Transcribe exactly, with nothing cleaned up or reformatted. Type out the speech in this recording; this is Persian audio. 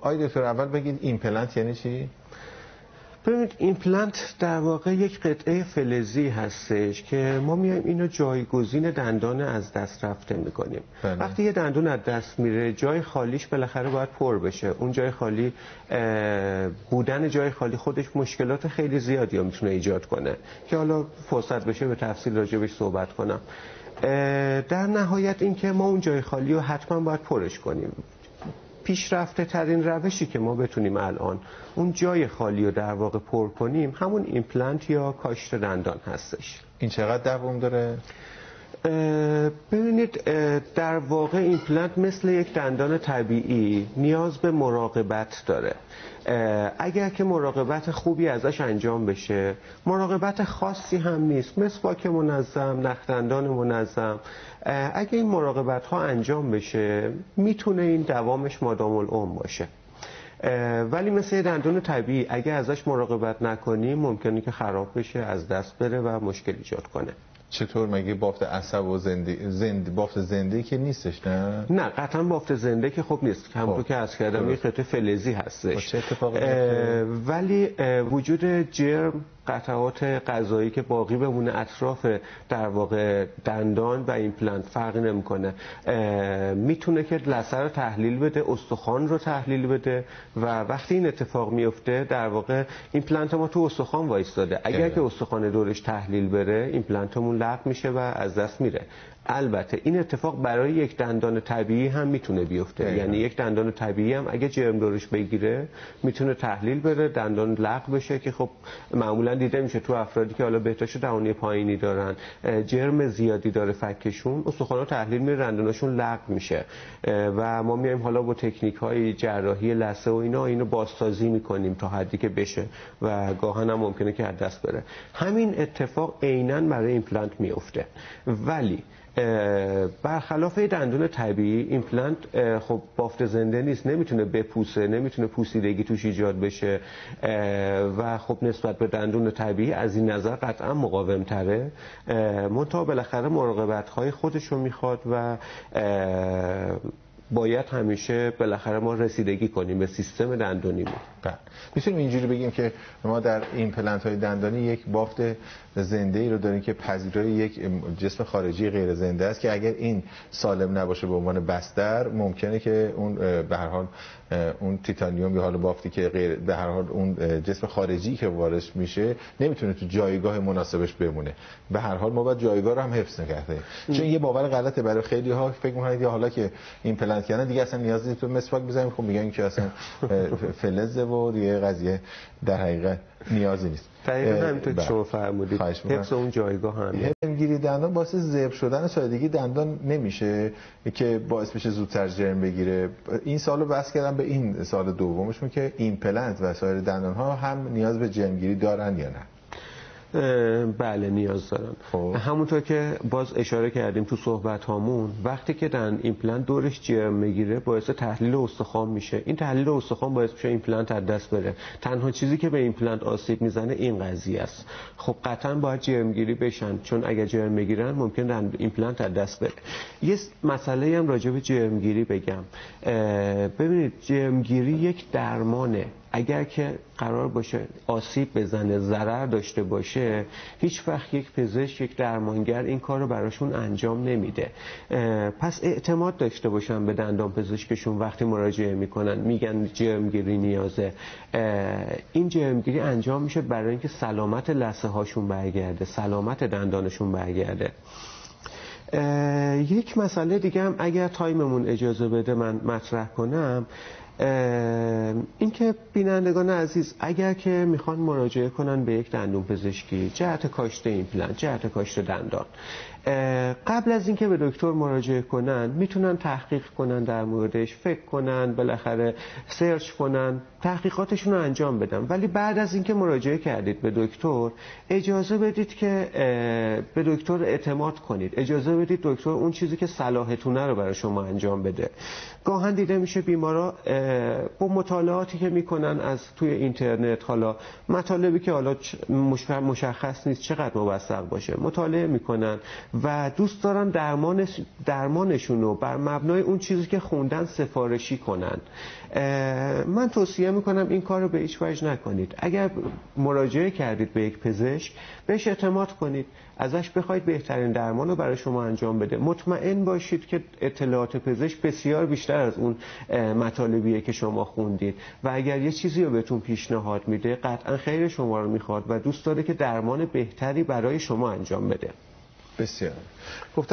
آقای دکتر اول بگید ایمپلنت یعنی چی؟ ببینید ایمپلنت در واقع یک قطعه فلزی هستش که ما میایم اینو جایگزین دندان از دست رفته میکنیم. بله. وقتی یه دندون از دست میره جای خالیش بالاخره باید پر بشه. اون جای خالی بودن جای خالی خودش مشکلات خیلی زیادی رو میتونه ایجاد کنه که حالا فرصت بشه به تفصیل راجبش صحبت کنم. در نهایت اینکه ما اون جای خالی رو حتما باید پرش کنیم. پیشرفته ترین روشی که ما بتونیم الان اون جای خالی رو در واقع پر کنیم همون ایمپلنت یا کاشت دندان هستش. این چقدر دوام داره؟ ببینید در واقع ایمپلنت مثل یک دندان طبیعی نیاز به مراقبت داره. اگر که مراقبت خوبی ازش انجام بشه، مراقبت خاصی هم نیست، مسواک منظم، نخ دندان منظم، اگر این مراقبت ها انجام بشه میتونه این دوامش مادام العمر باشه. ولی مثل دندون طبیعی اگر ازش مراقبت نکنیم ممکنه که خراب بشه، از دست بره و مشکل ایجاد کنه. چطور مگه بافت عصب و زنده زند بافت زنده که نیستش؟ نه نه قطعا بافت زنده که خب نیست، همونطور که عرض کردم یه قطعه فلزی هستش. چه اتفاقی ولی وجود جرم، قطعات غذایی که باقی بمونه اطراف در واقع دندان و ایمپلنت فرقی نمیکنه، میتونه که لثه رو تحلیل بده، استخوان رو تحلیل بده و وقتی این اتفاق میفته در واقع ایمپلنت ما تو استخوان وایستاده. اگر که استخوان دورش تحلیل بره ایمپلنتمون لغو میشه و از دست میره. البته این اتفاق برای یک دندان طبیعی هم میتونه بیفته. اه. یعنی یک دندان طبیعی هم اگه جرم دورش بگیره میتونه تحلیل بره، دندان لغو بشه که خب معمولا دیده میشه تو افرادی که حالا بهداشت دهانی پایینی دارن، جرم زیادی داره فکشون، استخوانا تحلیل میره، دنداناشون لغو میشه و ما میایم حالا با تکنیک های جراحی لثه و اینا اینو بازسازی میکنیم تا حدی که بشه و گاهن هم ممکنه که از دست بره. همین اتفاق عیناً برای ایمپلنت میفته. ولی برخلاف دندون طبیعی ایمپلنت خب بافت زنده نیست، نمیتونه بپوسه، نمیتونه پوسیدگی توش ایجاد بشه و خب نسبت به دندون طبیعی از این نظر قطعا مقاوم تره. منتها بالاخره مراقبت های خودش رو میخواد و باید همیشه بالاخره ما رسیدگی کنیم به سیستم دندونیمون. بله. میتونیم اینجوری بگیم که ما در ایمپلنت های دندانی یک بافت زنده ای رو داریم که پذیرای یک جسم خارجی غیر زنده است که اگر این سالم نباشه به عنوان بستر ممکنه که اون به هر حال اون تیتانیوم یا حالا بافتی که غیر به هر حال اون جسم خارجی که وارد میشه نمیتونه تو جایگاه مناسبش بمونه. به هر حال ما باید جایگاه رو هم حفظ نگه. چون یه باور غلطه برای خیلی ها، فکر میکنن یا حالا که ایمپلنت کردن دیگه اصلا نیازی نیست تو مسواک بزنیم، خب میگن که اصلا فلزه و دیگه قضیه در حقیقت نیازی نیست. دقیقاً همینطور که شما فرمودید، حفظ اون جایگاه هم. جرمگیری دندان باعث ذبح شدن سادگی دندان نمیشه که باعث بشه زودتر جرم بگیره. این سالو بحث کردم به این سال دومشون که ایمپلنت و سایر دندان ها هم نیاز به جرمگیری دارن یا نه؟ بله نیاز دارن. خوب. همونطور که باز اشاره کردیم تو صحبت هامون، وقتی که دندان ایمپلنت دورش جرم میگیره باعث تحلیل استخوان میشه. این تحلیل استخوان باعث میشه ایمپلنت از دست بره. تنها چیزی که به ایمپلنت آسیب میزنه این قضیه است. خب قطعا باید جرمگیری بشن، چون اگر جرم میگیرن ممکن ایمپلنت از دست بره. یه مسئله هم راجع به جرمگیری بگم. ببینید جرمگیری یک درمانه. اگر که قرار باشه آسیب بزنه، ضرر داشته باشه، هیچ وقت یک پزشک، یک درمانگر این کار رو براشون انجام نمیده. پس اعتماد داشته باشن به دندان پزشکشون وقتی مراجعه میکنن، میگن جرمگیری نیازه. این جرمگیری انجام میشه برای اینکه سلامت لثه هاشون برگرده، سلامت دندانشون برگرده. یک مسئله دیگه هم اگر تایممون اجازه بده من مطرح کنم، این که بینندگان عزیز اگر که میخوان مراجعه کنن به یک دندون پزشکی جهت کاشت ایمپلنت، جهت کاشت دندان، قبل از اینکه به دکتر مراجعه کنن میتونن تحقیق کنن در موردش، فکر کنن، بالاخره سرچ کنن، تحقیقاتشون رو انجام بدن. ولی بعد از اینکه مراجعه کردید به دکتر اجازه بدید که به دکتر اعتماد کنید، اجازه بدید دکتر اون چیزی که صلاحتونه رو برای شما انجام بده. گاهن دیده میشه بیمارا با مطالعاتی که میکنن از توی اینترنت، حالا مطالبی که حالا مشخص نیست چقدر موثق باشه، مطالعه میکنن و دوست دارن درمان درمانشون رو بر مبنای اون چیزی که خوندن سفارشی کنن. من توصیه میکنم این کار رو به هیچ وجه نکنید. اگر مراجعه کردید به یک پزشک، بهش اعتماد کنید، ازش بخواید بهترین درمان رو برای شما انجام بده. مطمئن باشید که اطلاعات پزشک بسیار بیشتر از اون مطالبیه که شما خوندید و اگر یه چیزی رو بهتون پیشنهاد میده قطعا خیر شما رو میخواد و دوست داره که درمان بهتری برای شما انجام بده. بسیار